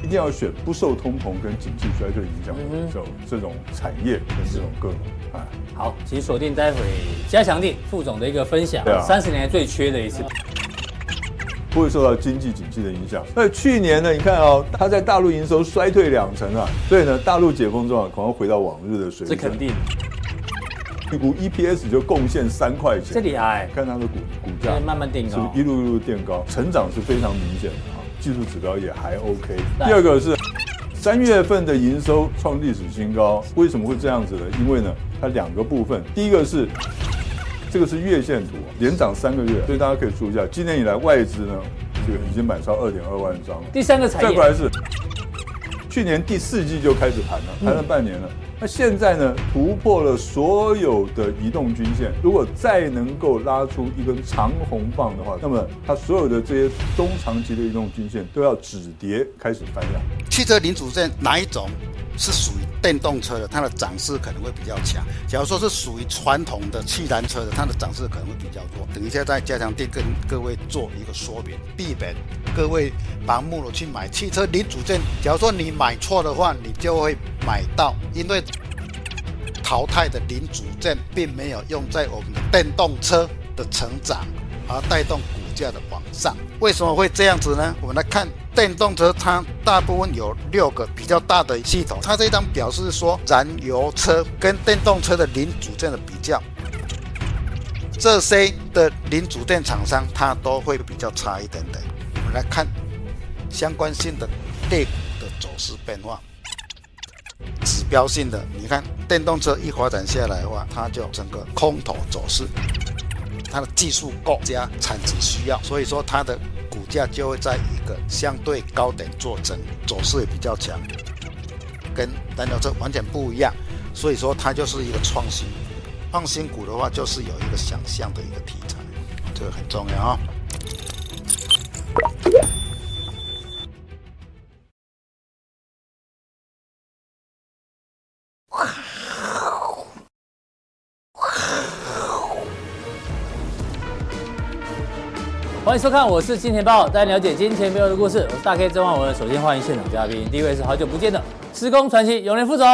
定要选不受通膨跟经济衰退影响的这种产业跟这种个股。 好，请锁定待会加强定副总的一个分享。30年来最缺的一次。 不会受到经济景气的影响。那去年呢？你看哦，它在大陆营收衰退2成啊，所以呢，大陆解封之后可能回到往日的水准。 这肯定。 预估 EPS 就贡献3块钱， 这厉害！ 看它的股价慢慢垫高， 是不是一路垫高，成长是非常明显的啊，技术指标也还 OK。第二个是3月份的营收创历史新高，为什么会这样子呢？因为呢，它2个部分，第一个是。这个是月线图，连涨3个月，所以大家可以注意一下，今年以来外资呢，这个已经买超2.2万张。 第3个产业， 再过来是去年第4季就开始盘了半年了。那现在呢，突破了所有的移动均线，如果再能够拉出一根长红棒的话，那么它所有的这些中长期的移动均线都要止跌开始翻扬。 汽车零组件哪一种是属于电动车的，它的涨势可能会比较强。假如说是属于传统的汽燃车的，它的涨势可能会比较弱。等一下在加强店跟各位做一个说明，避免各位盲目的去买汽车零组件。假如说你买错的话，你就会买到，因为淘汰的零组件并没有用在我们的电动车的成长，而带动股价的往上。为什么会这样子呢？我们来看电动车，它大部分有6个比较大的系统。它这张表示说燃油车跟电动车的零组件的比较，这些的零组件厂商它都会比较差一点点。我们来看相关性的类股的走势变化。指标性的，你看电动车一发展下来的话，它就整个空头走势，它的技术够加产值需要，所以说它的股价就会在一个相对高点做整，走势也比较强，跟燃油车完全不一样，所以说它就是一个创新股。创新股的话，就是有一个想象的一个题材，这个很重要啊。 欢迎收看，我是金钱豹，带你了解金钱背后的故事。我是大 K 曾焕文。首先欢迎现场嘉宾，第一位是好久不见的施工传奇永年副总。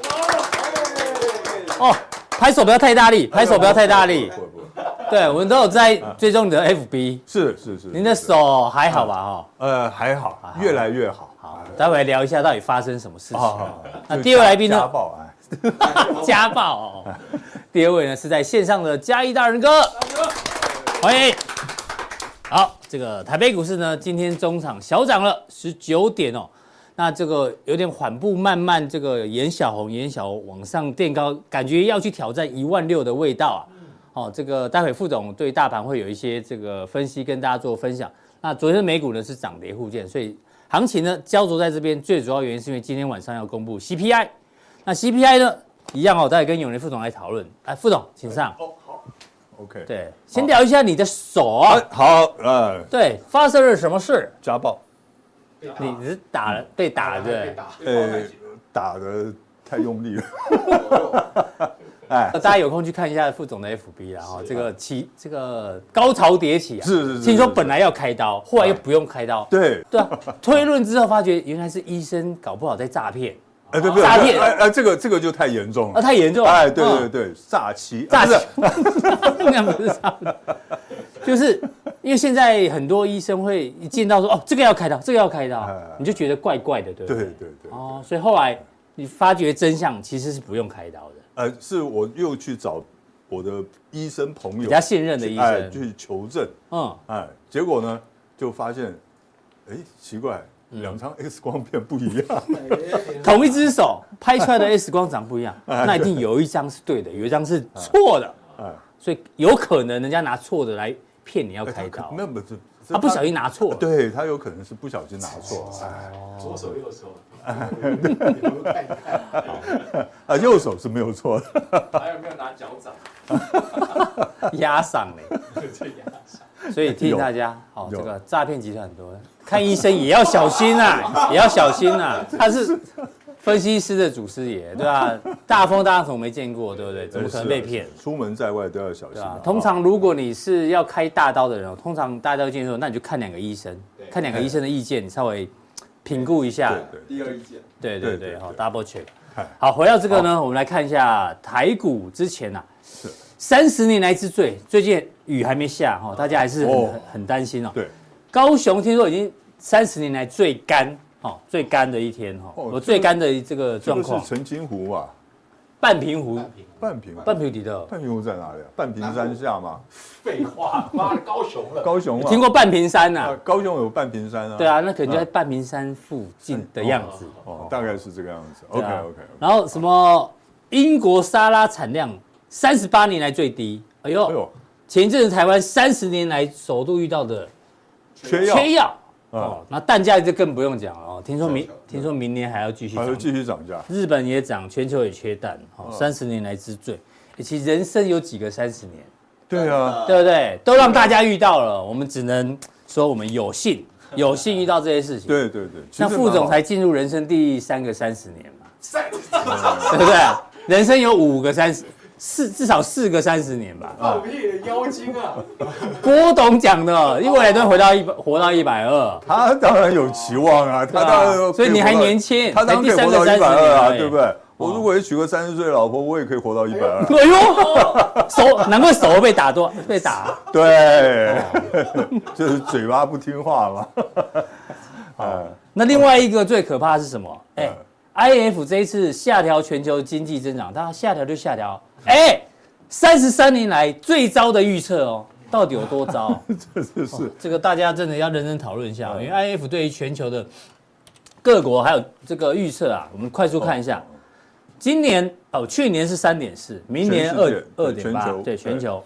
哦，拍手不要太大力，拍手不要太大力。对，我们都有在追踪你的 FB。 是。 您的手还好吧？ 还好，越来越好。 好，待会聊一下到底发生什么事情。那第二位来宾呢？ 家暴家暴哦。第二位呢是在线上的嘉义大人哥，欢迎。好，这个台北股市呢，今天中场小涨了19点哦。那这个有点缓步慢慢这个沿小红往上垫高，感觉要去挑战16000的味道啊。哦，这个待会副总对大盘会有一些这个分析跟大家做分享。那昨天美股呢是涨跌互见，所以行情呢焦灼在这边，最主要原因是因为今天晚上要公布 CPI。那 CPI 呢一样哦，待会跟永年副总来讨论。来，副总请上。 OK， 对，先聊一下你的手啊。 好， 对，发生了什么事？ 家暴。 你是被打了，对？ 打得太用力了。 大家有空去看一下副总的 FB 啦，哈，这个高潮迭起啊。 是。 听说本来要开刀，后来又不用开刀。 对啊，推论之后发觉原来是医生搞不好在诈骗。 对， 诈骗， 这个就太严重了。 太严重了。 对，诈欺， 那不是诈骗，就是因为现在很多医生会一见到说哦这个要开刀，你就觉得怪怪的，对不对？对。哦，所以后来你发觉真相其实是不用开刀的。 是我又去找我的医生朋友， 比较信任的医生去求证。结果呢就发现，奇怪。2张 X 光片不一样， 同一只手拍出来的 X 光长不一样，那一定有一张是对的，有一张是错的，所以有可能人家拿错的来骗你要开刀， 那不是他不小心拿错， 对他有可能是不小心拿错， 左手右手， 右手是没有错的， 还有没有拿脚掌？ 压嗓嘞，所以提醒大家，这个诈骗集团很多，看医生也要小心啊，也要小心啊。他是分析师的祖师爷，对吧？大风大浪从没见过，对不对？怎么可能被骗？ 出门在外都要小心。 通常如果你是要开大刀的人，通常大家都建议说，那你就看2个医生，看2个医生的意见，你稍微评估一下。 第二意见。 对，好 double check。好，回到这个呢，我们来看一下台股之前啊，30年来之最，最近雨还没下哈，大家还是很担心哦。 对， 高雄听说已经30年来最干哦，最干的一天哈，我最干的这个状况。 这是澄清湖吧？ 半屏湖， 半屏底的。 半屏湖在哪里啊？半屏山下吗？ 废话，妈的，高雄了。 高雄啊， 听过半屏山呐？ 高雄有半屏山啊。 对啊，那可能就在半屏山附近的样子。 大概是这个样子。OK。 然后什么？英国沙拉产量38年来最低。哎呦，前一阵子台湾30年来首度遇到的缺药。那蛋价就更不用讲了哦。听说明年还要继续涨价。 日本也涨，全球也缺蛋，30年来之最。其实人生有几个30年？ 对啊， 对不对？都让大家遇到了，我们只能说我们有幸遇到这些事情。 对。 像副总才进入人生第3个30年嘛，对不对？人生有5个30。至少4个30年吧。 放屁，妖精啊！ 郭董讲的，因为未来都活到120。 他当然有期望啊，他当然。 所以你还年轻， 他当然可以活到120啊，对不对？我如果也娶个30岁的老婆，我也可以活到120。 哎呦，难怪手被打断，被打。 对，就是嘴巴不听话嘛。 那另外一个最可怕的是什么？IMF 这一次下调全球经济增长，它下调就下调，33年来最糟的预测哦，到底有多糟？这个大家真的要认真讨论一下，因为 IMF 对于全球的各国还有这个预测啊，我们快速看一下。今年去年是3.4，明年2.8，对，全球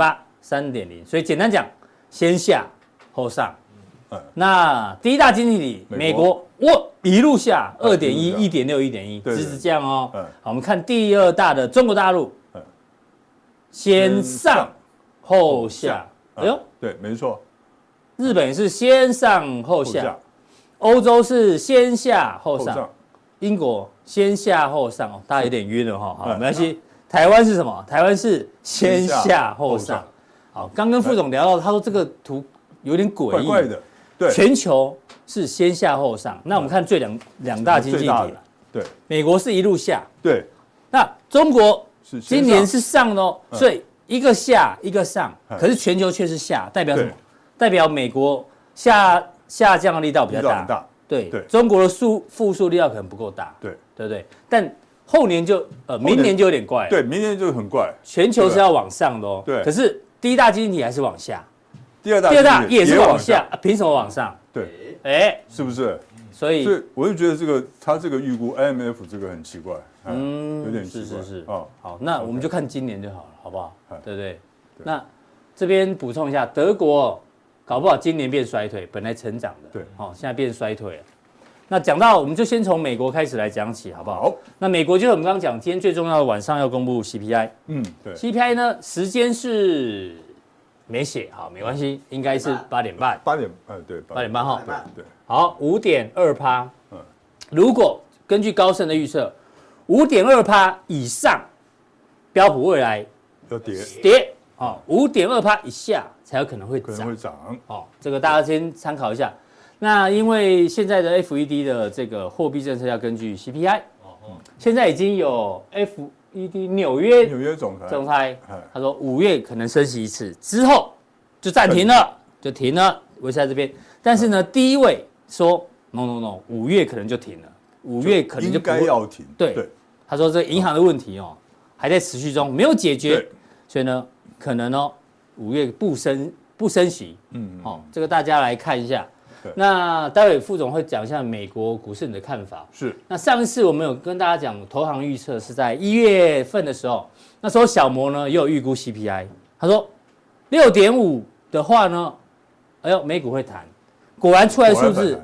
2.8、3.0，所以简单讲，先下后上。那第一大经济体美国，一路下2.1、1.6、1.1，直直降哦。好，我们看第二大的中国大陆，先上后下。哎呦， 对，没错。 日本是先上后下，欧洲是先下后上，英国先下后上哦，大家有点晕了哈。好，没关系。台湾是什么？台湾是先下后上。好，刚跟副总聊到，他说这个图有点诡异， 怪的。对， 全球是先下后上。那我们看两大经济体嘛， 对， 美国是一路下， 对， 那中国今年是上的哦，所以一个下一个上，可是全球却是下，代表什么？代表美国下降的力道比较大，对，中国的复苏力道可能不够大， 对不对？但后年明年就有点怪， 对，明年就很怪， 全球是要往上的哦， 对， 可是第一大经济体还是往下。 第二大也是往下，凭什么往上？ 对，是不是？ 所以我就觉得他这个预估 IMF 这个很奇怪，有点奇怪。 是好，那我们就看今年就好了，好不好？对不对？那这边补充一下，德国搞不好今年变衰退，本来成长的， 对， 现在变衰退了。那讲到，我们就先从美国开始来讲起，好不好？ 好。 那美国就是我们刚刚讲，今天最重要的晚上要公布 CPI， 对。 CPI 呢，时间是。没写好，没关系，应该是8点半。 对 ，8点半哈。 对。 好，5.2%。如果根据高盛的预测，5.2%以上，标普未来要跌。 5.2%以下才有可能会涨。 这个大家先参考一下。那因为现在的 FED 的这个货币政策要根据 CPI，现在已经有纽约总裁他说5月可能升息1次，之后就暂停了，维持在这边。但是呢，第一位说 no， 5月可能就停了，5月可能就应该要停。 对，他说这个银行的问题还在持续中，没有解决，所以呢，可能5月不升息。这个大家来看一下。那待会副总会讲一下美国股市你的看法。 是。 那上一次我们有跟大家讲，投行预测是在1月份的时候，那时候小摩呢也有预估 CPI， 他说6.5的话呢，哎呦美股会弹，果然出来数字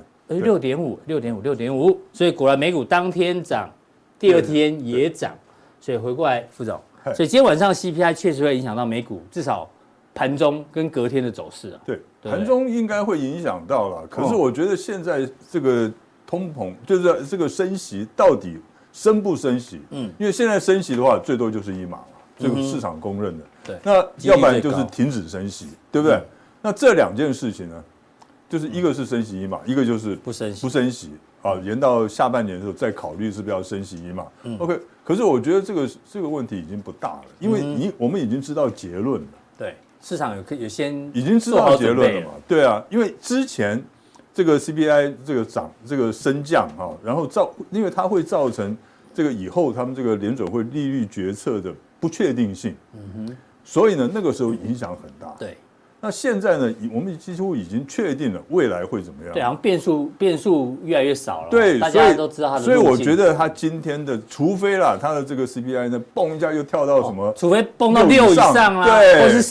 6.5，所以果然美股当天涨，第二天也涨，所以回过来副总，所以今天晚上 CPI 确实会影响到美股，至少盘中跟隔天的走势啊。 对。盘中应该会影响到了，可是我觉得现在这个通膨，就是这个升息到底升不升息？因为现在升息的话，最多就是1码嘛，这个市场公认的。 对， 那要不然就是停止升息，对不对？那这2件事情呢， 就是一个是升息一码，一个就是不升息不升息啊，延到下半年的时候再考虑是不是要升息一码。OK， 可是我觉得这个问题已经不大了，因为我们已经知道结论了。 对，市场有先已经知道结论了嘛？对啊，因为之前这个 CPI 这个升降哈，然后因为它会造成这个以后他们这个联准会利率决策的不确定性，所以呢那个时候影响很大。 对。 那现在呢，我们几乎已经确定了未来会怎么样？ 对，好像变数越来越少了。 对， 大家都知道它的路径。 所以我觉得它今天的，除非啦，它的这个 CPI 呢，蹦一下又跳到什么？ 除非蹦到6以上啦， 对， 或是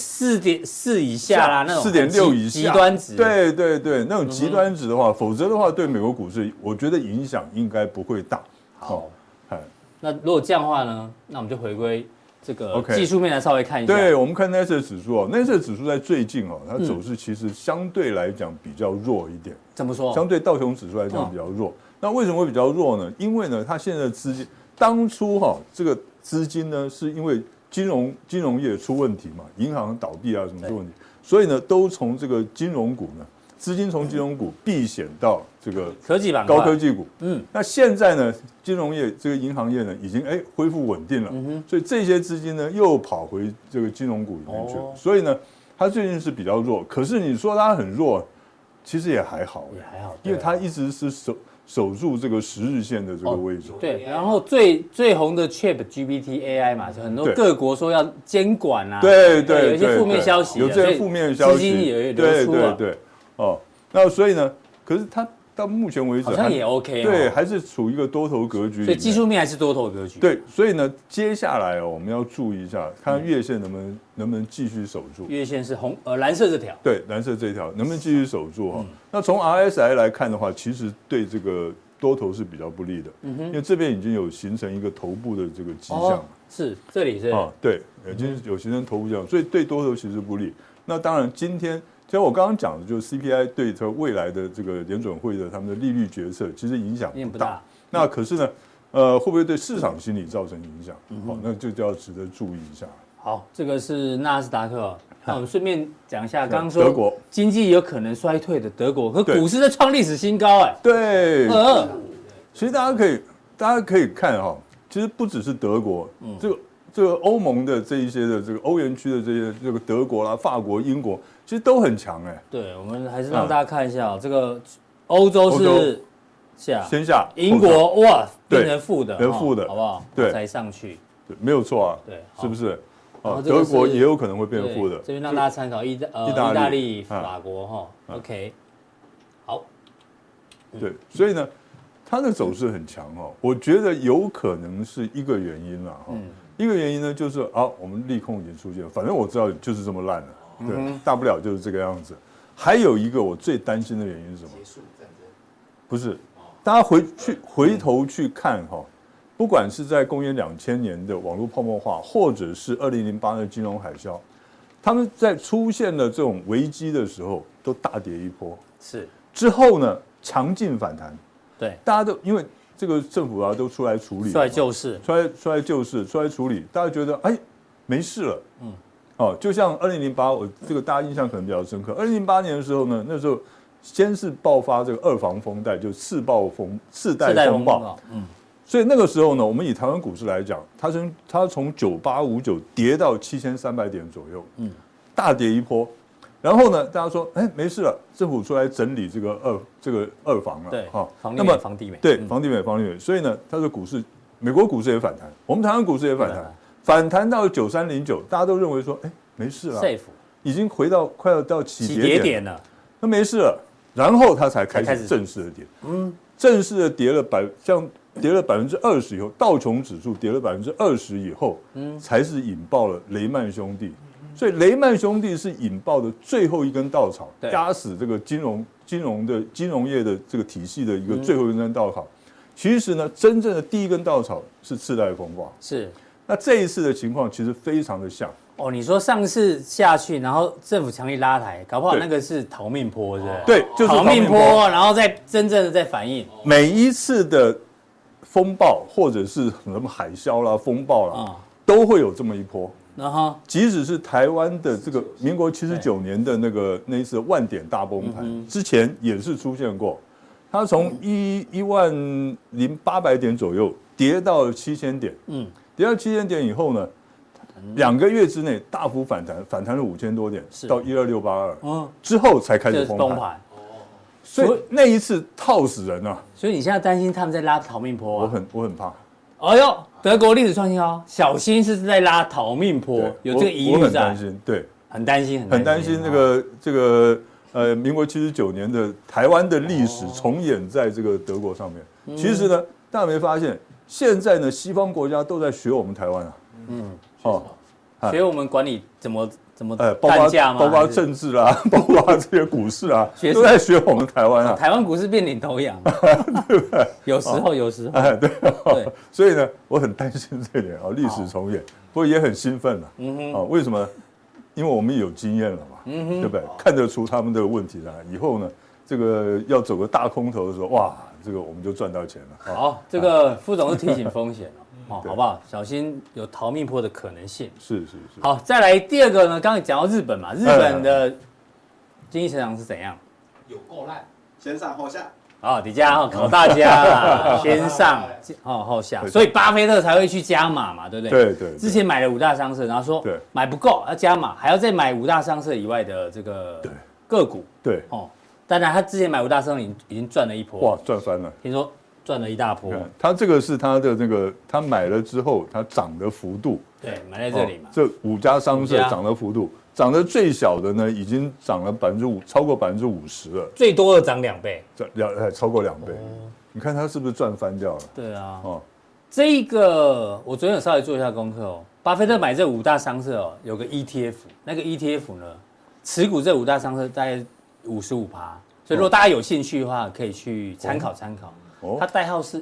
4.4以下啦，那种 4.6以下极端值。 对对对，那种极端值的话，否则的话，对美国股市，我觉得影响应该不会大。 好，那如果这样的话呢，那我们就回归。这个 OK 技术面来稍微看一下， 对，我们看 NASDAQ 指数哦，NASDAQ 指数在最近哦，它走势其实相对来讲比较弱一点。 怎么说？ 相对道琼指数来讲比较弱。那为什么会比较弱呢？因为呢，它现在的资金，当初这个资金呢，是因为金融业出问题嘛，银行倒闭啊什么出问题，所以呢，都从这个金融股呢，资金从金融股避险到这个科技板块、 高科技股。那现在呢，金融业这个银行业呢，已经恢复稳定了，所以这些资金呢又跑回这个金融股里面去了。所以呢，它最近是比较弱。可是你说它很弱，其实也还好，因为它一直是守住这个10日线的这个位置。 对，然后最红的 ChatGPT AI 嘛，就很多各国说要监管啊， 对， 有一些负面消息， 有这些负面消息， 资金也流出了。 对，那所以呢，可是它到目前为止好像也 OK， 对，还是处于一个多头格局， 所以技术面还是多头格局。 对，所以呢，接下来我们要注意一下，看月线能不能继续守住。 月线是蓝色这条， 对，蓝色这条能不能继续守住那从 RSI 来看的话，其实对这个多头是比较不利的，因为这边已经有形成一个头部的这个迹象。 是这里是对，已经有形成头部迹象，所以对多头其实不利。那当然，今天其实我刚刚讲的就是 CPI 对它未来的这个联准会的他们的利率决策，其实影响不大。那可是呢，会不会对市场心理造成影响？那就要值得注意一下。 好，这个是纳斯达克。那我们顺便讲一下，刚刚说德国经济有可能衰退的德国，可股市在创历史新高对，其实大家可以看其实不只是德国，这个欧盟的这一些的这个欧元区的这个德国啦、法国、英国，其实都很强对，我们还是让大家看一下这个欧洲是先下， 英国哇变成负的， 负的， 好不好？对，才上去， 对，没有错啊， 对， 是不是？德国也有可能会变负的。 这边让大家参考意大利、法国OK， 好， 对，所以呢，它的走势很强我觉得有可能是一个原因啦一个原因呢，就是我们利空已经出现了，反正我知道就是这么烂了，对，大不了就是这个样子。还有一个我最担心的原因是什么？结束战争？不是，大家回头去看不管是在公元2000年的网络泡沫化，或者是2008的金融海啸，他们在出现了这种危机的时候，都大跌一波。 是之后呢，强劲反弹。 对， 大家都因为这个政府都出来处理， 出来救市， 出来处理，大家觉得没事了，就像2008，我这个大家印象可能比较深刻。2008年的时候呢，那时候先是爆发这个2房风带，就次贷风暴，所以那个时候呢，我们以台湾股市来讲，它从9859跌到7300点左右，大跌一波。然后呢，大家说，没事了，政府出来整理这个二房了， 对， 那么房地美， 对，房地美，所以呢，它的股市，美国股市也反弹，我们台湾股市也反弹到9309，大家都认为说，没事了 ，safe， 已经快要到起跌点了， 那没事了，然后它才开始正式的跌，正式的跌了20%以后，道琼指数跌了20%以后，才是引爆了雷曼兄弟。所以雷曼兄弟是引爆的最后一根稻草，压死这个金融业的这个体系的一个最后一根稻草。其实呢，真正的第一根稻草是次贷风暴。 是， 那这一次的情况其实非常的像。 你说上次下去，然后政府强力拉抬，搞不好那个是逃命坡，是不是？ 对，就是逃命坡，然后再真正的再反应。 每一次的风暴或者是什么海啸啦、风暴啦，都会有这么一波。 然后即使是台湾的这个民国79年的那一次万点大崩盘之前也是出现过，它从10800点左右跌到7000点，跌到7000点以后呢，2个月之内大幅反弹了5000多点，到12682，之后才开始崩盘。所以那一次套死人啊！ 所以你现在担心他们在拉逃命坡啊？ 我很怕。 哎呦，德国历史创新高，小心是在拉逃命坡，有这个疑虑在。 我很担心，对， 很担心， 很担心这个民国79年的台湾的历史重演在这个德国上面。其实呢，大家没发现，现在呢，西方国家都在学我们台湾啊， 学我们管理怎么单价吗？ 包括政治啦，包括这些股市啊，都在学我们台湾啊。 台湾股市变领头羊，对不对？有时候， 对，所以呢，我很担心这一点啊，历史重演，不过也很兴奋了。为什么？因为我们有经验了嘛，对不对？看得出他们的问题了，以后呢，这个要走个大空头的时候，哇，这个我们就赚到钱了。 好，这个副总是提醒风险好不好？小心有逃命坡的可能性。 是。 好，再来第二个呢？刚刚讲到日本嘛，日本的经济成长是怎样？ 有够烂，先上后下。 底下考大家先上后下，所以巴菲特才会去加码嘛，对不对？ 对。 之前买了5大商社，然后说买不够要加码，还要再买5大商社以外的这个个股。 对。 当然他之前买5大商社已经赚了一波， 哇，赚翻了。 听说赚了一大波。 他这个是他的那个，他买了之后，他涨的幅度。 对，买在这里嘛。 这5家商社涨的幅度，涨得最小的呢，已经涨了5%，超过50%了。 最多的涨2倍， 超过2倍。你看他是不是赚翻掉了？ 对啊。这个我昨天有稍微做一下功课哦。巴菲特买这5大商社有个 ETF， 那个 ETF 呢，持股这5大商社大概55%，所以如果大家有兴趣的话，可以去参考。它代号是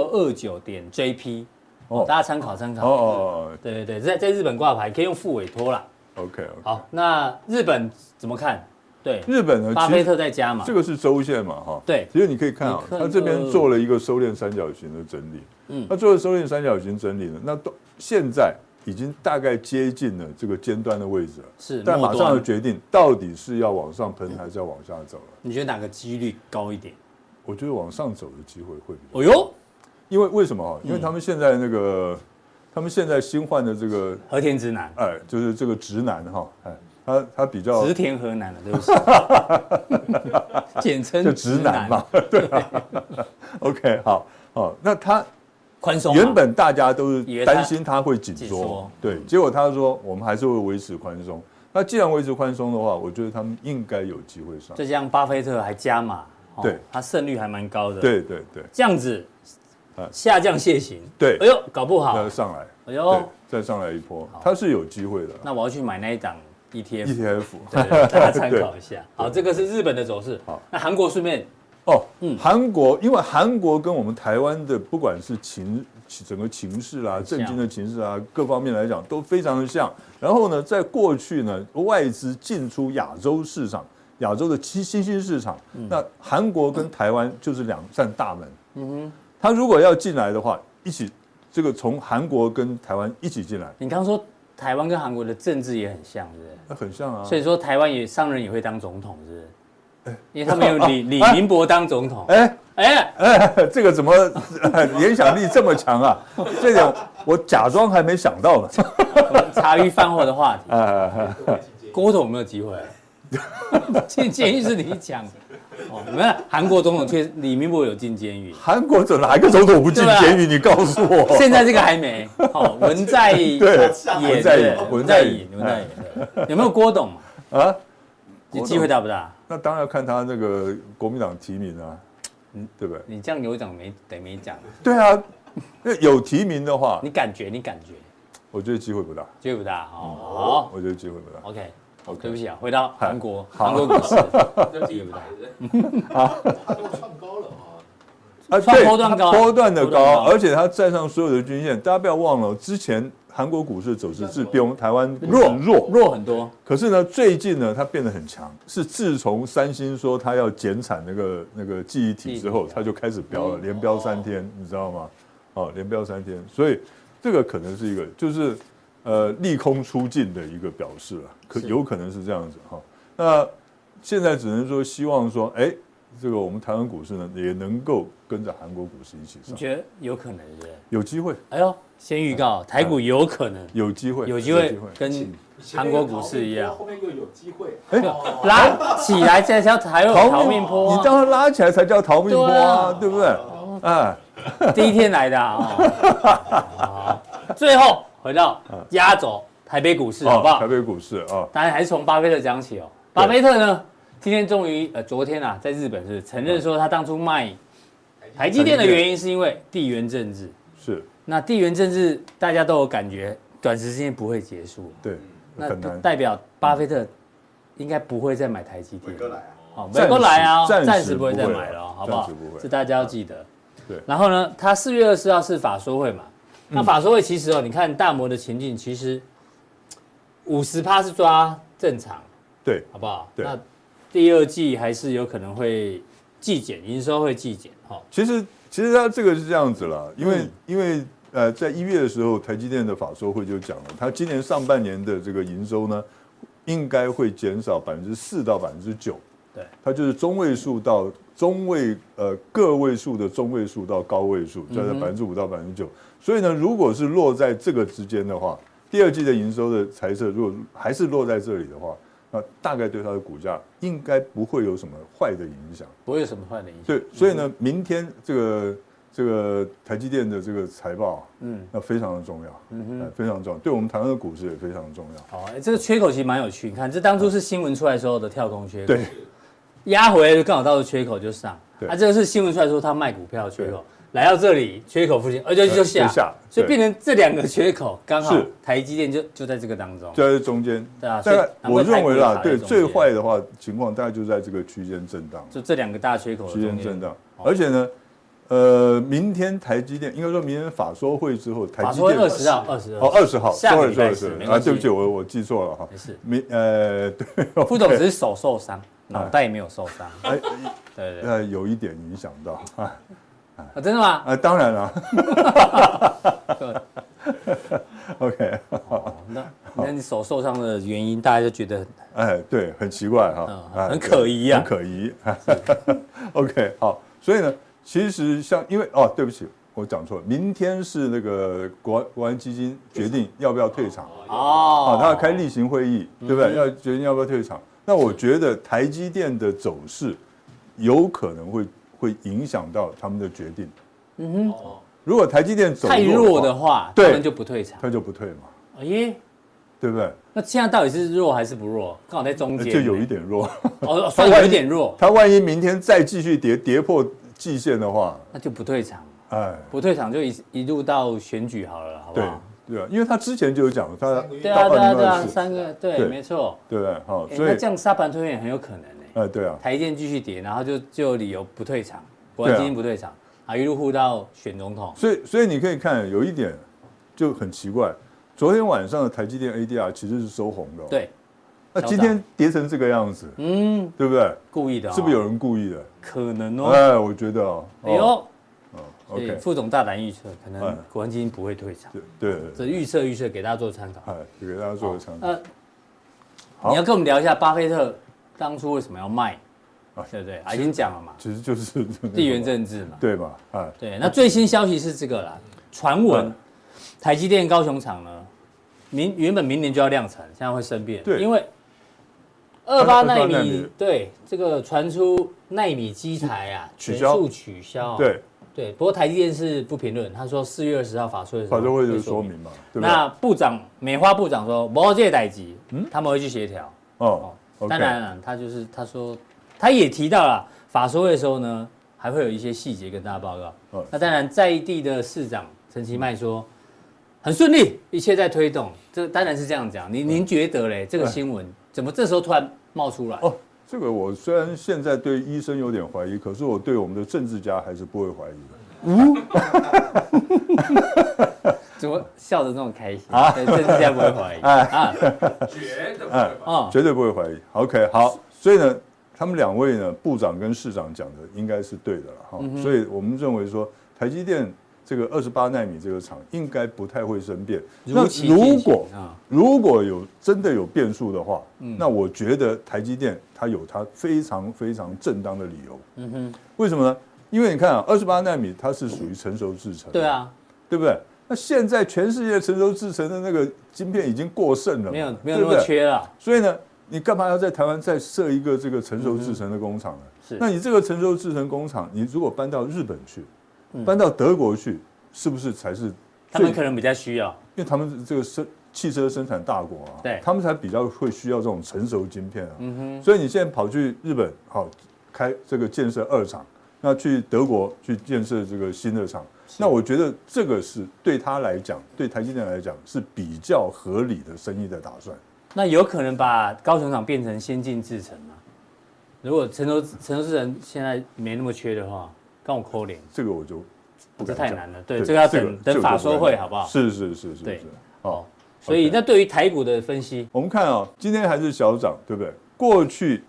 1629.JP， 大家参考。对，在日本挂牌可以用副委托啦。 OK。 好，那日本怎么看？对， 日本呢， 巴菲特在加嘛， 这个是周线嘛， 对。 其实你可以看他这边做了一个收敛三角形的整理。他做了收敛三角形整理呢，那现在已经大概接近了这个尖端的位置了。 是， 但马上要决定到底是要往上喷还是要往下走了。 你觉得哪个几率高一点？ 我觉得往上走的机会会比较。 哦哟， 因为为什么？因为他们现在新换的这个和田直男， 就是这个直男他比较直田河南了，对不起，简称就直男嘛，对啊。OK， 好，那他宽松， 原本大家都是担心他会紧缩，对，结果他说我们还是会维持宽松。那既然维持宽松的话，我觉得他们应该有机会上。 就像巴菲特还加码， 对， 他胜率还蛮高的， 对， 这样子下降楔形， 对， 哎呦，搞不好上来， 哎呦， 再上来一波，他是有机会的。 那我要去买那一档 ETF， 对， 大家参考一下。好，这个是日本的走势。好，那韩国顺便韩国，因为韩国跟我们台湾的不管是整个情势啦、政经的情势啊，各方面来讲都非常的像。然后呢，在过去呢，外资进出亚洲市场、亚洲的新兴市场，那韩国跟台湾就是2扇大门。他如果要进来的话，一起这个从韩国跟台湾一起进来。 你刚刚说台湾跟韩国的政治也很像，是不是？ 那很像啊。 所以说台湾商人也会当总统，是不是？因为他们有李明博当总统。 这个怎么联想力这么强啊？这点我假装还没想到呢。 茶余饭后的话题。郭董有没有机会？进监狱是你讲。你们韩国总统李明博有进监狱。 韩国哪一个总统不进监狱？你告诉我。 现在这个还没。文在寅。文在寅。有没有郭董啊？你机会大不大？ 那当然要看他那个国民党提名啊，对不对？ 你这样有讲没讲？ 对啊，有提名的话， 你感觉？ 我觉得机会不大， 机会不大。好， 我觉得机会不大。 OK，对不起啊，回到韩国股市，机会不大。 他都创高了创波段高， 波段的高，而且它站上所有的均线。大家不要忘了，之前韩国股市的走势是比我们台湾弱很多。 可是呢，最近呢，它变得很强。是自从三星说它要减产那个记忆体之后，它就开始飙了，连飙3天，你知道吗？连飙3天。所以这个可能是一个，就是利空出尽的一个表示了，有可能是这样子哈。那现在只能说希望说，哎，这个我们台湾股市呢也能够跟着韩国股市一起上。 你觉得有可能是？ 有机会。 哎呦，先预告台股有可能有机会， 有机会跟韩国股市一样， 后面又有机会， 拉起来才叫才有逃命坡。 你让它拉起来才叫逃命坡啊，对不对？啊， 第一天来的啊。最后回到压轴台北股市，好不好？ 台北股市啊， 当然还是从巴菲特讲起哦。巴菲特呢，今天终于昨天啊，在日本是承认说他当初卖台积电的原因是因为地缘政治。 是。 那地缘政治大家都有感觉，短时间不会结束。 对。 那代表巴菲特应该不会再买台积电。 美国来啊，暂时不会再买了，好不好？这大家要记得。 对。 然后呢，他4月24号是法说会嘛？那法说会其实你看大摩的情境，其实50%是抓正常， 对， 好不好？ 对。 那第二季还是有可能会季减，营收会季减，哈。 其实它这个是这样子啦，因为在1月的时候，台积电的法说会就讲了，它今年上半年的这个营收呢，应该会减少4%到9%。 对， 它就是个位数的中位数到高位数，在5%到9%。所以呢，如果是落在这个之间的话，第二季的营收的财测如果还是落在这里的话，那大概对它的股价应该不会有什么坏的影响， 不会有什么坏的影响。 对，所以呢，明天这个台积电的这个财报，那非常的重要，非常重要，对我们台湾的股市也非常重要。 哦，这个缺口其实蛮有趣，你看，这当初是新闻出来时候的跳空缺口， 对， 压回来就刚好到了缺口就上， 对， 这个是新闻出来说他卖股票的缺口。来到这里缺口附近，就下，所以变成这2个缺口刚好台积电就在这个当中， 就在中间。 对啊， 大概我认为啦，对最坏的话情况大概就在这个区间震荡， 就这2个大缺口区间震荡。而且呢，明天台积电应该说明天法说会之后，台积电 20号， 下个礼拜四啊，对不起，我记错了哈， 没事， 对， 副总只是手受伤，脑袋也没有受伤， 对，有一点影响到啊。 真的吗？ 当然了。OK， 那你手受伤的原因，大家就觉得， 对，很奇怪哈， 很可疑啊， 很可疑。OK， 好，所以呢，其实因为对不起，我讲错了，明天是那个国安基金决定要不要退场他要开例行会议，对不对？要决定要不要退场。那我觉得台积电的走势有可能会影响到他们的决定。如果台积电走太弱的话，他们就不退场， 他就不退嘛。对不对？ 那现在到底是弱还是不弱？刚好在中间， 就有一点弱。 所以有一点弱。 他万一明天再继续跌破季线的话， 那就不退场。不退场就一路到选举好了，好不好？ 对啊，因为他之前就有讲了，他对啊，3个对，没错， 对不对？好，所以那这样沙盘推演很有可能。 对啊， 台积电继续跌，然后就有理由不退场，国安基金不退场，一路护到选总统。 所以你可以看有一点就很奇怪，昨天晚上的台积电 ADR 其实是收红的。 对， 那今天跌成这个样子，对不对？ 故意的， 是不是有人故意的？ 可能哦。 我觉得 OK， 副总大胆预测，可能国安基金不会退场。 对， 这预测给大家做参考。 给大家做个参考。 你要跟我们聊一下巴菲特当初为什么要卖，对不对？已经讲了嘛， 其实就是地缘政治嘛， 对吧？ 对。那最新消息是这个啦，传闻台积电高雄厂呢，原本明年就要量产，现在会生变，因为28奈米，对这个传出奈米机台全数取消，对。不过台积电是不评论，他说4月20号法说会就说明嘛。 那美花部长说没这代志，他们会去协调。当然了，他说他也提到了法说会的时候呢，还会有一些细节跟大家报告。那当然在地的市长陈其迈说很顺利，一切在推动。这当然是这样讲。您觉得嘞？这个新闻怎么这时候突然冒出来？ 这个我虽然现在对医生有点怀疑，可是我对我们的政治家还是不会怀疑的。怎么笑得这么开心政治家不会怀疑绝对不会怀疑。OK， 好，所以呢，他们2位呢，部长跟市长讲的应该是对的了所以我们认为说，台积电这个28奈米这个厂应该不太会生变。 如期进行如果真的有变数的话，那我觉得台积电它有它非常非常正当的理由。为什么呢？因为你看啊，28奈米它是属于成熟制程， 对啊， 对不对？那现在全世界成熟制程的那个晶片已经过剩了， 没有那么缺了。 所以呢，你干嘛要在台湾再设一个这个成熟制程的工厂呢？ 是， 那你这个成熟制程工厂，你如果搬到日本去，搬到德国去，是不是才是？ 他们可能比较需要， 因为他们这个汽车生产大国啊， 对， 他们才比较会需要这种成熟晶片啊。所以你现在跑去日本，好开这个建设2厂，那去德国去建设这个新的厂，那我觉得这个是对他来讲，对台积电来讲是比较合理的生意的打算。 那有可能把高雄厂变成先进制程吗？如果成熟制程现在没那么缺的话，跟我扣脸， 这个我就不敢讲， 这太难了。对，这个要等法说会好不好？ 是， 对， 哦。 所以那对于台股的分析， 我们看啊，今天还是小涨，对不对？过去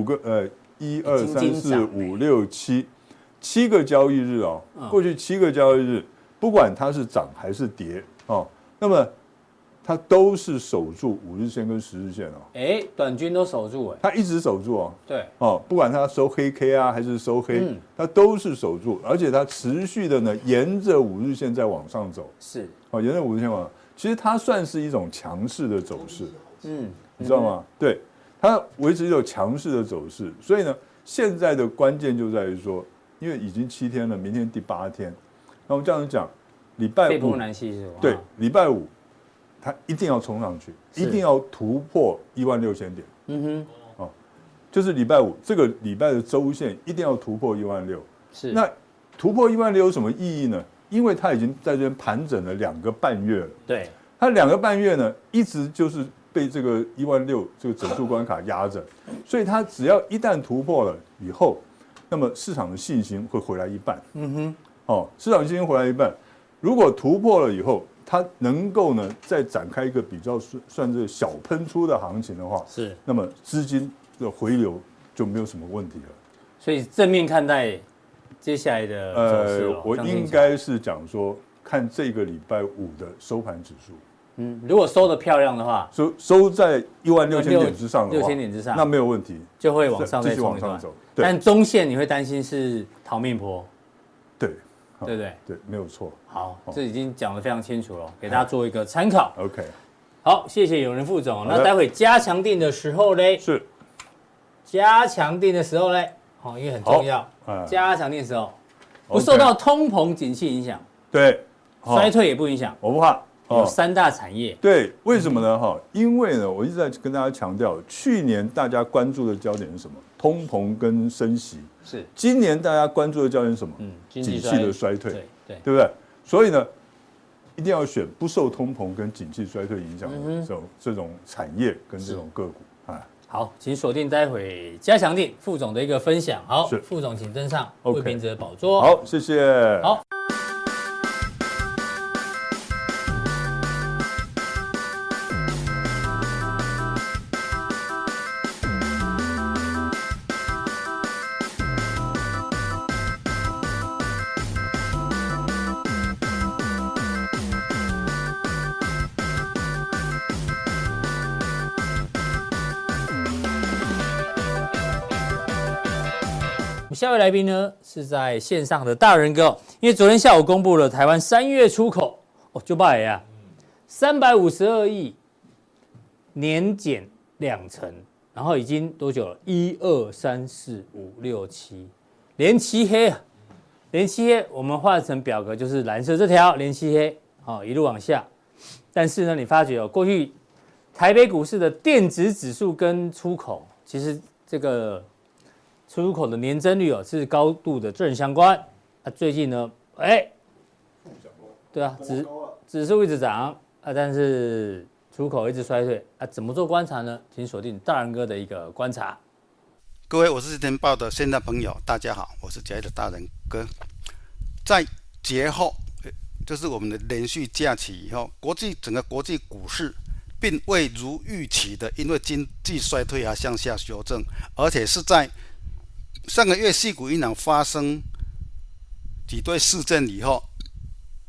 1、2、3、4、5、6、7个交易日哦，过去7个交易日，不管它是涨还是跌哦，那么它都是守住5日线跟10日线哦。 短均都守住它一直守住哦。 对哦，不管它收黑 K 啊还是收黑，它都是守住，而且它持续的呢沿着5日线在往上走。 是哦，沿着5日线往上，其实它算是一种强势的走势。你知道吗？对，它维持一种强势的走势，所以呢，现在的关键就在于说，因为已经7天了，明天第8天，那我们这样讲，礼拜5 南西是吧？ 对，礼拜5它一定要冲上去，一定要突破16000点。就是礼拜5这个礼拜的周线一定要突破16000。 是， 那突破16000有什么意义呢？因为它已经在这边盘整了2个半月了。 对， 它2个半月呢，一直就是被这个16000这个整数关卡压着，所以它只要一旦突破了以后，那么市场的信心会回来一半。市场信心回来一半，如果突破了以后，它能够呢再展开一个比较算是小喷出的行情的话， 是， 那么资金的回流就没有什么问题了。 所以正面看待接下来的走势我应该是讲说，看这个礼拜5的收盘指数。 如果收得漂亮的话， 收在16000点之上的话， 6000点之上， 那没有问题， 就会往上再冲一段。但中线你会担心是逃命坡， 对不对？ 对，没有错。 好，这已经讲得非常清楚了，给大家做一个参考。 OK， 好，谢谢永仁副总。那待会加强定的时候呢？ 是加强定的时候呢？好，因为很重要。加强定的时候不受到通膨景气影响， 对， 衰退也不影响， 我不怕。 有3大产业。 对，为什么呢？因为呢，我一直在跟大家强调，去年大家关注的焦点是什么？通膨跟升息。 是。 今年大家关注的焦点是什么？景气的衰退。对不对？所以呢，一定要选不受通膨跟景气衰退影响的这种产业跟这种个股啊。 好，请锁定待会加强定副总的一个分享。好，副总请登上魏平哲宝座。 好，谢谢。 好。下一位来宾呢是在线上的大人哥，因为昨天下午公布了台湾3月出口就罢了呀，352亿，年减2%，然后已经多久了？1、2、3、4、5、6、7，连7黑啊！连7黑，我们画成表格就是蓝色这条连7黑，一路往下。但是呢，你发觉过去台北股市的电子指数跟出口，其实这个出口的年增率是高度的正相关。最近呢，对啊，指数一直涨但是出口一直衰退怎么做观察呢？请锁定大人哥的一个观察。 各位，我是日天报的线上朋友，大家好，我是嘉义的大人哥。在节后，就是我们的连续假期以后，整个国际股市并未如预期的因为经济衰退而向下修正，而且是在上个月矽谷银行发生几对事件以后，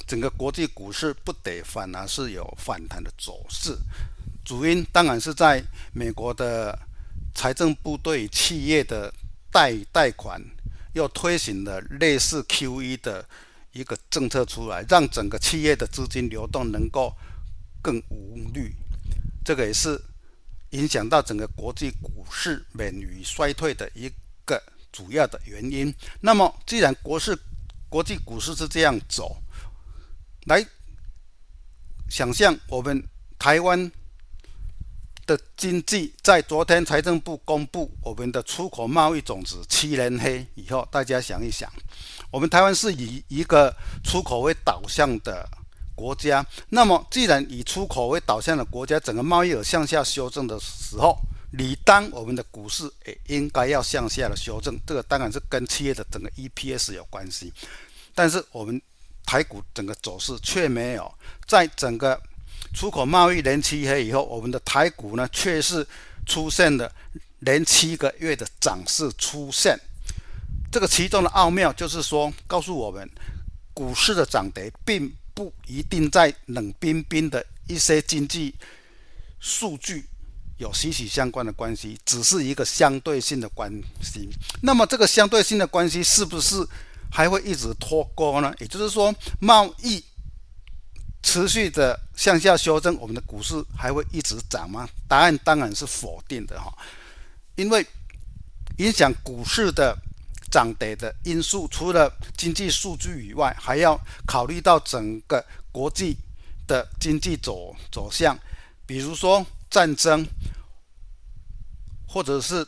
整个国际股市不跌，反而是有反弹的走势。主因当然是在美国的财政部对企业的贷款又推行了类似 QE 的一个政策出来，让整个企业的资金流动能够更无虑，这个也是影响到整个国际股市免于衰退的一个主要的原因。那么既然国际股市是这样走，来想象我们台湾的经济在昨天财政部公布我们的出口贸易总值7连黑以后，大家想一想，我们台湾是以一个出口为导向的国家，那么既然以出口为导向的国家，整个贸易额向下修正的时候，理当我们的股市也应该要向下的修正，这个当然是跟企业的整个 EPS 有关系。但是我们台股整个走势却没有，在整个出口贸易连7黑以后，我们的台股呢却是出现了连7个月的涨势出现。这个其中的奥妙就是说，告诉我们股市的涨跌并不一定在冷冰冰的一些经济数据有息息相关的关系，只是一个相对性的关系。那么这个相对性的关系是不是还会一直脱钩呢？也就是说，贸易持续的向下修正，我们的股市还会一直涨吗？答案当然是否定的哈，因为影响股市的涨跌的因素，除了经济数据以外，还要考虑到整个国际的经济走向，比如说战争，或者是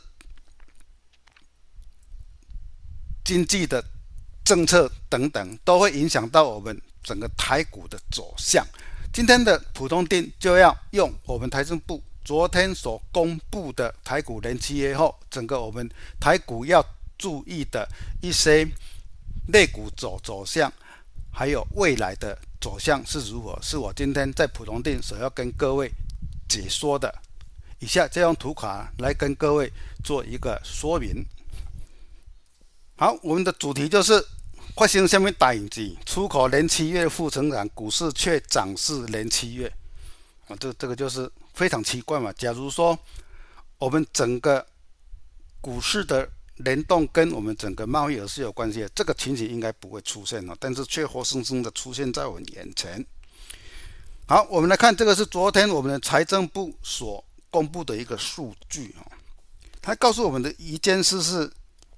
经济的政策等等，都会影响到我们整个台股的走向。今天的普通定就要用我们财政部昨天所公布的台股连7黑后，整个我们台股要注意的一些类股走向，还有未来的走向是如何，是我今天在普通定所要跟各位解说的。以下就用图卡来跟各位做一个说明。好，我们的主题就是发生什么大事，出口连7月负成长，股市却涨势连7月。这个就是非常奇怪嘛。假如说我们整个股市的联动跟我们整个贸易额是有关系的，这个情形应该不会出现，但是却活生生的出现在我们眼前。好，我们来看这个是昨天我们的财政部所公布的一个数据，它告诉我们的一件事是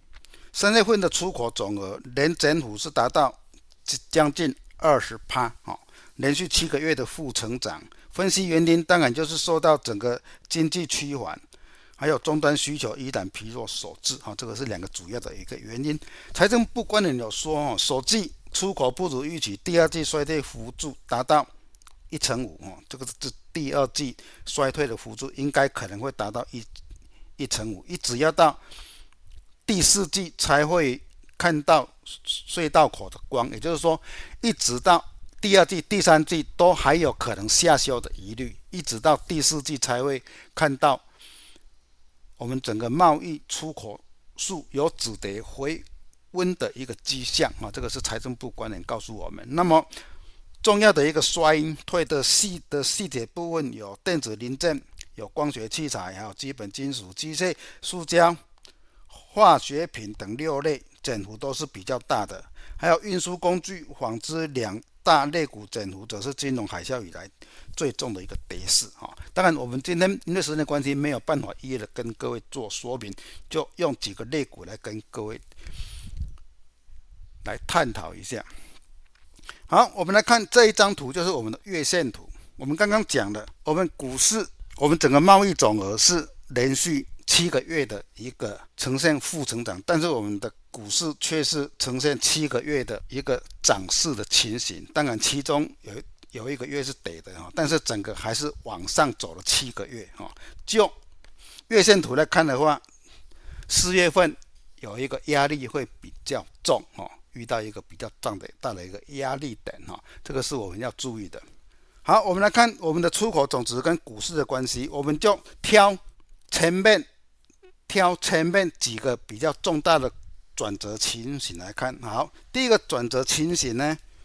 3月份的出口总额年增幅是达到将近 20%， 连续7个月的负成长。分析原因当然就是受到整个经济趋缓，还有终端需求依然疲弱所致，这个是2个主要的一个原因。财政部官员有说，首季出口不如预期，第二季衰退幅度达到1.5%，这个是第二季衰退的幅度应该可能会达到1.5%，一直要到第4季才会看到隧道口的光，也就是说，一直到第2季、第3季都还有可能下修的疑虑，一直到第4季才会看到我们整个贸易出口数有止跌回温的一个迹象，这个是财政部官员告诉我们。那么重要的一个衰退的细节部分有电子零件、有光学器材，还有基本金属、机械、塑胶、化学品等6类，涨幅都是比较大的。还有运输工具、纺织2大类股涨幅，则是金融海啸以来最重的一个跌势。当然，我们今天因为时间的关系，没有办法一一的跟各位做说明，就用几个类股来跟各位来探讨一下。好，我们来看这一张图，就是我们的月线图。我们刚刚讲的，我们股市，我们整个贸易总额是连续7个月的一个呈现负成长，但是我们的股市却是呈现7个月的一个涨势的情形。当然，其中有一个月是跌的，但是整个还是往上走了7个月。就月线图来看的话，4月份有一个压力会比较重，遇到一个比较大的一个压力点，这个是我们要注意的。好，我们来看我们的出口总值跟股市的关系，我们就挑前面几个比较重大的转折情形来看。好，第一个转折情形呢，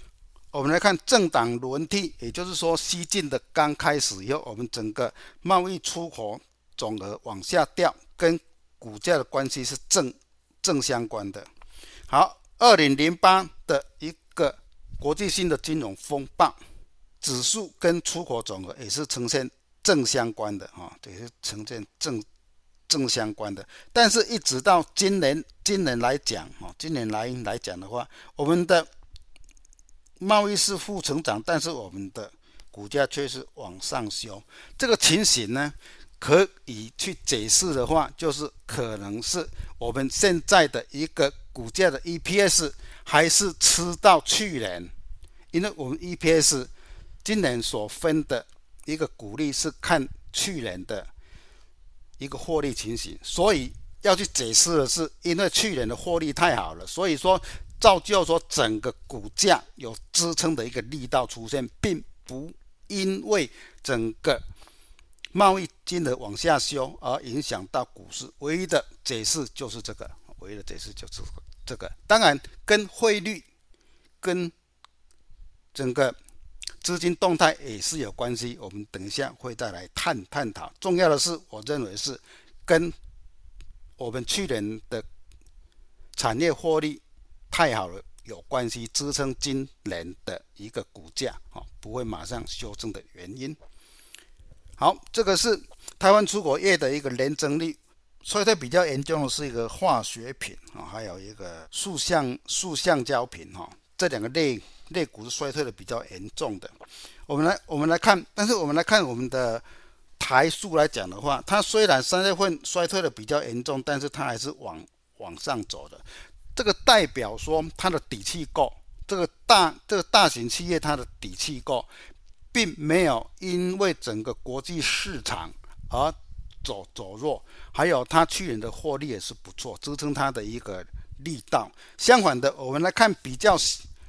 我们来看政党轮替，也就是说西进的刚开始以后，我们整个贸易出口总额往下掉，跟股价的关系是正相关的。好，2008的一个国际性的金融风暴，指数跟出口总额也是呈现正相关的也是呈现正相关的。但是一直到今年来讲的话，我们的贸易是负成长，但是我们的股价却是往上修。这个情形呢，可以去解释的话，就是可能是我们现在的一个股价的 EPS 还是吃到去年，因为我们 EPS 今年所分的一个股利是看去年的一个获利情形，所以要去解释的是，因为去年的获利太好了，所以说造就说整个股价有支撑的一个力道出现，并不因为整个贸易金额往下修而影响到股市。唯一的解释就是这个，当然跟汇率跟整个资金动态也是有关系，我们等一下会再来探讨。重要的是，我认为是跟我们去年的产业获利太好了有关系，支撑今年的一个股价不会马上修正的原因。好，这个是台湾出口业的一个年增率衰退比较严重的是一个化学品还有一个塑橡胶品这两个类股是衰退的比较严重的。我们来看，但是我们来看我们的台塑来讲的话，它虽然3月份衰退的比较严重，但是它还是往上走的。这个代表说它的底气够，这个大型企业它的底气够，并没有因为整个国际市场而走弱，还有它去年的获利也是不错，支撑它的一个力道。相反的，我们来看比较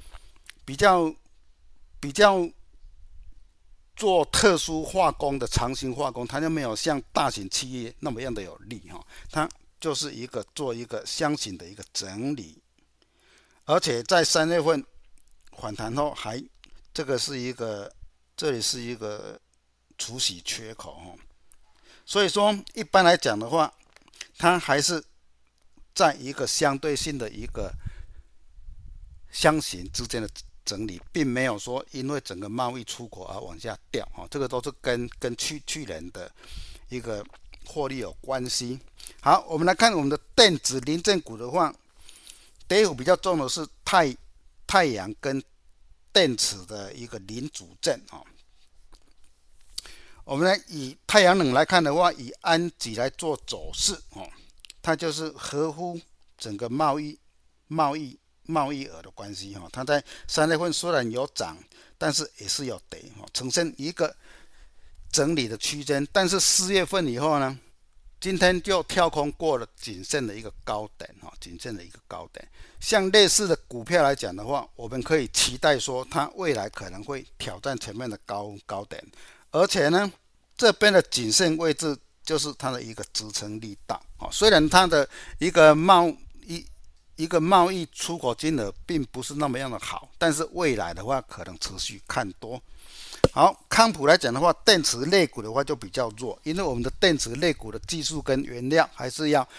做特殊化工的长型化工，它就没有像大型企业那么样的有力它就是做一个箱型的一个整理，而且在3月份反弹后这里是一个除息缺口所以说一般来讲的话，它还是在一个相对性的一个箱型之间的整理，并没有说因为整个贸易出口而往下掉这个都是跟去年的一个获利有关系。好，我们来看我们的电子零件股的话，跌幅比较重的是太阳跟电池的一个零组件我们来以太阳能来看的话，以安吉来做走势它就是合乎整个贸易额的关系它在3月份虽然有涨，但是也是有跌呈现一个整理的区间。但是4月份以后呢，今天就跳空过了颈线的一个高点像类似的股票来讲的话，我们可以期待说它未来可能会挑战前面的高点，而且呢这边的颈线位置就是它的一个支撑力道虽然它的一个贸易出口金额并不是那么样的好，但是未来的话可能持续看多。好，康普来讲的话，电池类股的话就比较弱，因为我们的电池类股的技术跟原料还是要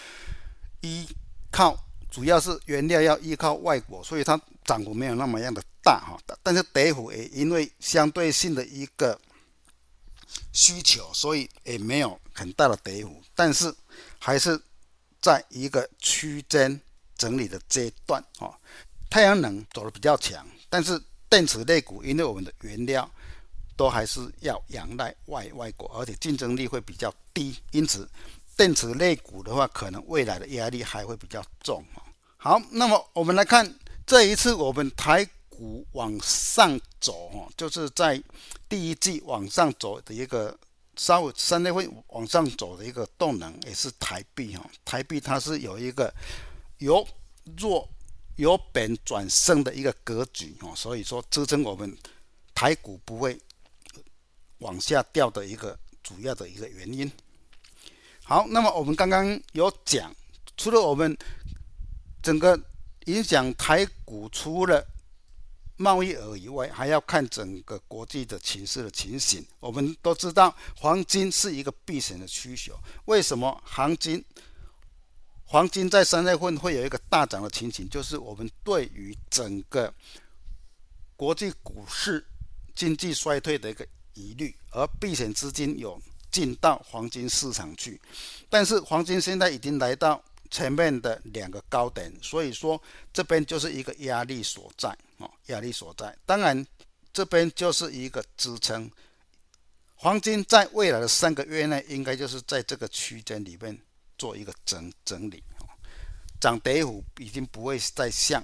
主要是原料要依靠外国，所以它涨幅没有那么样的大但是跌幅也因为相对性的一个需求，所以也没有很大的跌幅，但是还是在一个区间整理的阶段太阳能走得比较强，但是电池类股因为我们的原料都还是要仰赖外国，而且竞争力会比较低，因此电池类股的话可能未来的压力还会比较重好，那么我们来看这一次我们台股往上走就是在第一季往上走的一个稍微3月份往上走的一个动能，也是台币台币它是有一个由贬转升的一个格局所以说支撑我们台股不会往下掉的一个主要的一个原因。好，那么我们刚刚有讲，除了我们整个影响台股，除了贸易额以外，还要看整个国际的情势的情形。我们都知道黄金是一个避险的需求，为什么黄金在3月份会有一个大涨的情形，就是我们对于整个国际股市经济衰退的一个疑虑，而避险资金有进到黄金市场去。但是黄金现在已经来到前面的2个高点，所以说这边就是一个压力所在，压力所在。当然这边就是一个支撑，黄金在未来的3个月内应该就是在这个区间里面做一个整理，涨跌幅已经不会再像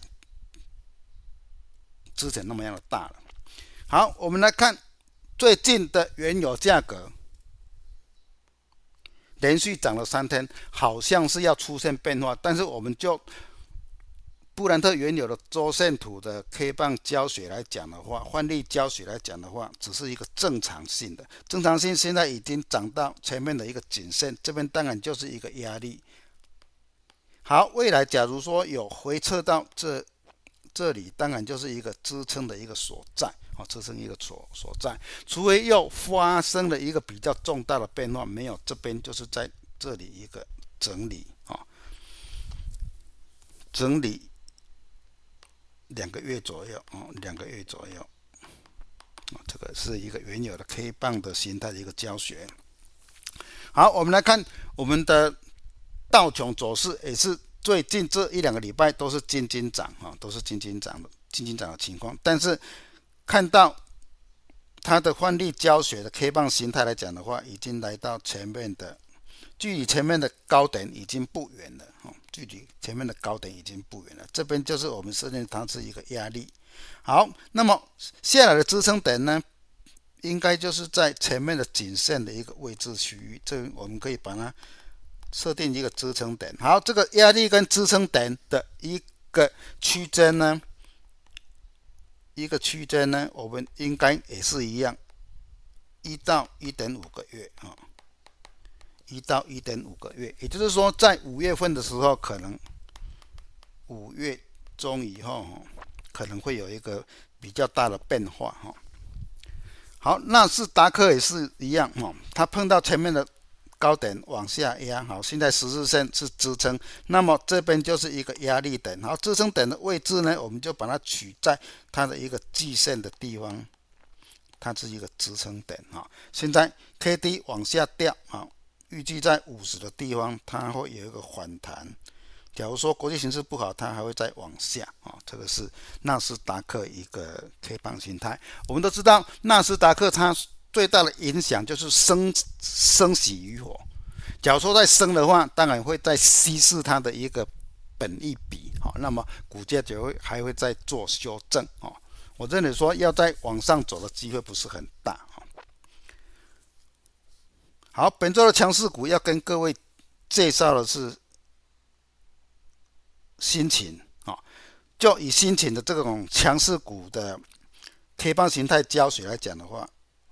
之前那么样的大了。好，我们来看最近的原油价格，连续涨了3天，好像是要出现变化，但是我们就布兰特原油的周线图的 K 棒教学来讲的话，换例教学来讲的话，只是一个正常性的，正常性现在已经涨到前面的一个颈线，这边当然就是一个压力。好，未来假如说有回撤到这里，当然就是一个支撑的一个所在，支撑一个所在，除非又发生了一个比较重大的变化，没有，这边就是在这里一个整理，整理2个月左右，2个月左右，这个是一个原有的 K 棒的形态的一个教学。好，我们来看我们的道琼走势，也是最近这1-2个礼拜都是金涨，都是金涨的情况。但是看到它的换例教学的 K 棒形态来讲的话，已经来到前面的，距离前面的高点已经不远了，距离前面的高点已经不远了。这边就是我们设定它是一个压力。好，那么下来的支撑点呢，应该就是在前面的颈线的一个位置区域，这我们可以把它设定一个支撑点。好，这个压力跟支撑点的一个区间呢，我们应该也是一样，1到 1.5 个月，1到 1.5 个月，也就是说在5月份的时候，可能5月中以后可能会有一个比较大的变化。好，纳斯达克也是一样，它碰到前面的高点往下压，好，现在十字线是支撑，那么这边就是一个压力点。好，支撑点的位置呢，我们就把它取在它的一个季线的地方，它是一个支撑点。现在 KD 往下掉，预计在50的地方它会有一个反弹。假如说国际形势不好，它还会再往下，这个是纳斯达克一个 K 棒形态。我们都知道纳斯达克它最大的影响就是升息与否。假如说在升的话，当然会在稀释它的一个本益比，那么股价就还会再做修正。我认为说要再往上走的机会不是很大。好，本周的强势股要跟各位介绍的是辛勤，就以辛勤的这种强势股的 K 棒形态教学来讲的话，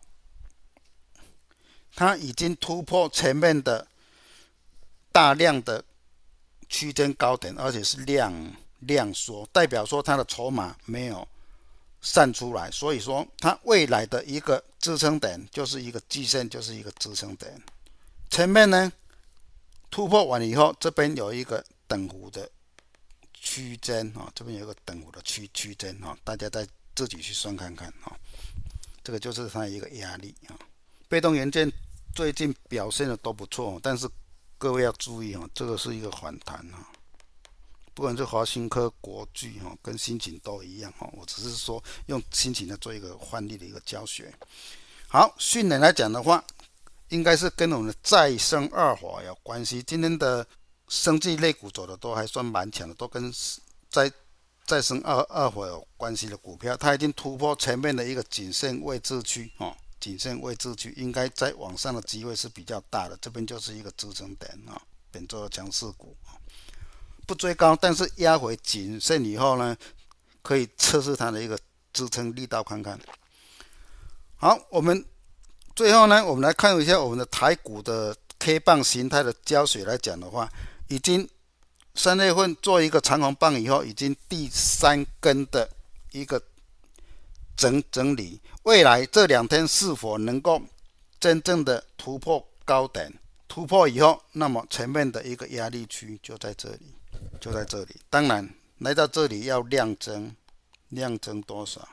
它已经突破前面的大量的区间高点，而且是量缩，代表说它的筹码没有散出来，所以说它未来的一个支撑点就是一个季线，就是一个支撑点。前面呢突破完以后，这边有一个等幅的区间，这边有一个等幅的区间，大家再自己去算看看，这个就是它一个压力。被动元件最近表现的都不错，但是各位要注意，这个是一个反弹，不管是华新科、国巨跟辛勤都一样，我只是说用辛勤来做一个换例的一个教学。好，讯能来讲的话，应该是跟我们的再生二华有关系。今天的生技类股走的都还算蛮强的，都跟再生二华有关系的股票，它已经突破前面的一个颈线位置区，颈线位置区应该再往上的机会是比较大的，这边就是一个支撑点，本周的强势股不追高，但是压回颈线以后呢，可以测试它的一个支撑力道看看。好，我们最后呢，我们来看一下我们的台股的 K 棒形态的教学来讲的话，已经3月份做一个长红棒以后，已经第3根的一个整理，未来这2天是否能够真正的突破高点，突破以后，那么前面的一个压力区就在这里，当然来到这里要量增多少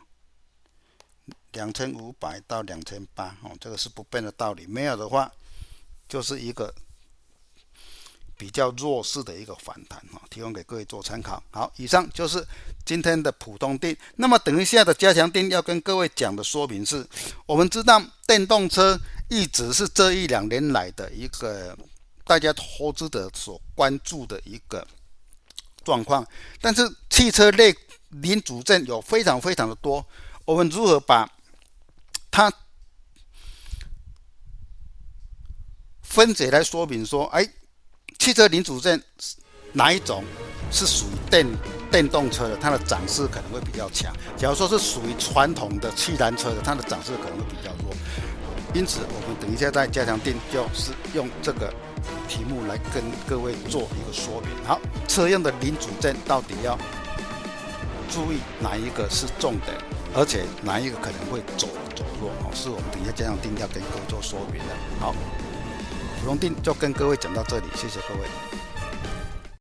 ？2500到2800这个是不变的道理。没有的话，就是一个比较弱势的一个反弹提供给各位做参考。好，以上就是今天的普通定。那么等一下的加强定要跟各位讲的说明是，我们知道电动车一直是这1-2年来的一个大家投资者所关注的一个状况，但是汽车类零组件有非常的多，我们如何把它分解来说明说，汽车零组件哪一种是属于电动车的，它的涨势可能会比较强。假如说是属于传统的汽燃车的，它的涨势可能会比较弱。因此，我们等一下在加强定就是用这个题目来跟各位做一个说明。好，车用的零组件到底要注意哪一个是重点，而且哪一个可能会走弱是我们等一下加强定要跟各位做说明的。好，普通定就跟各位讲到这里，谢谢各位。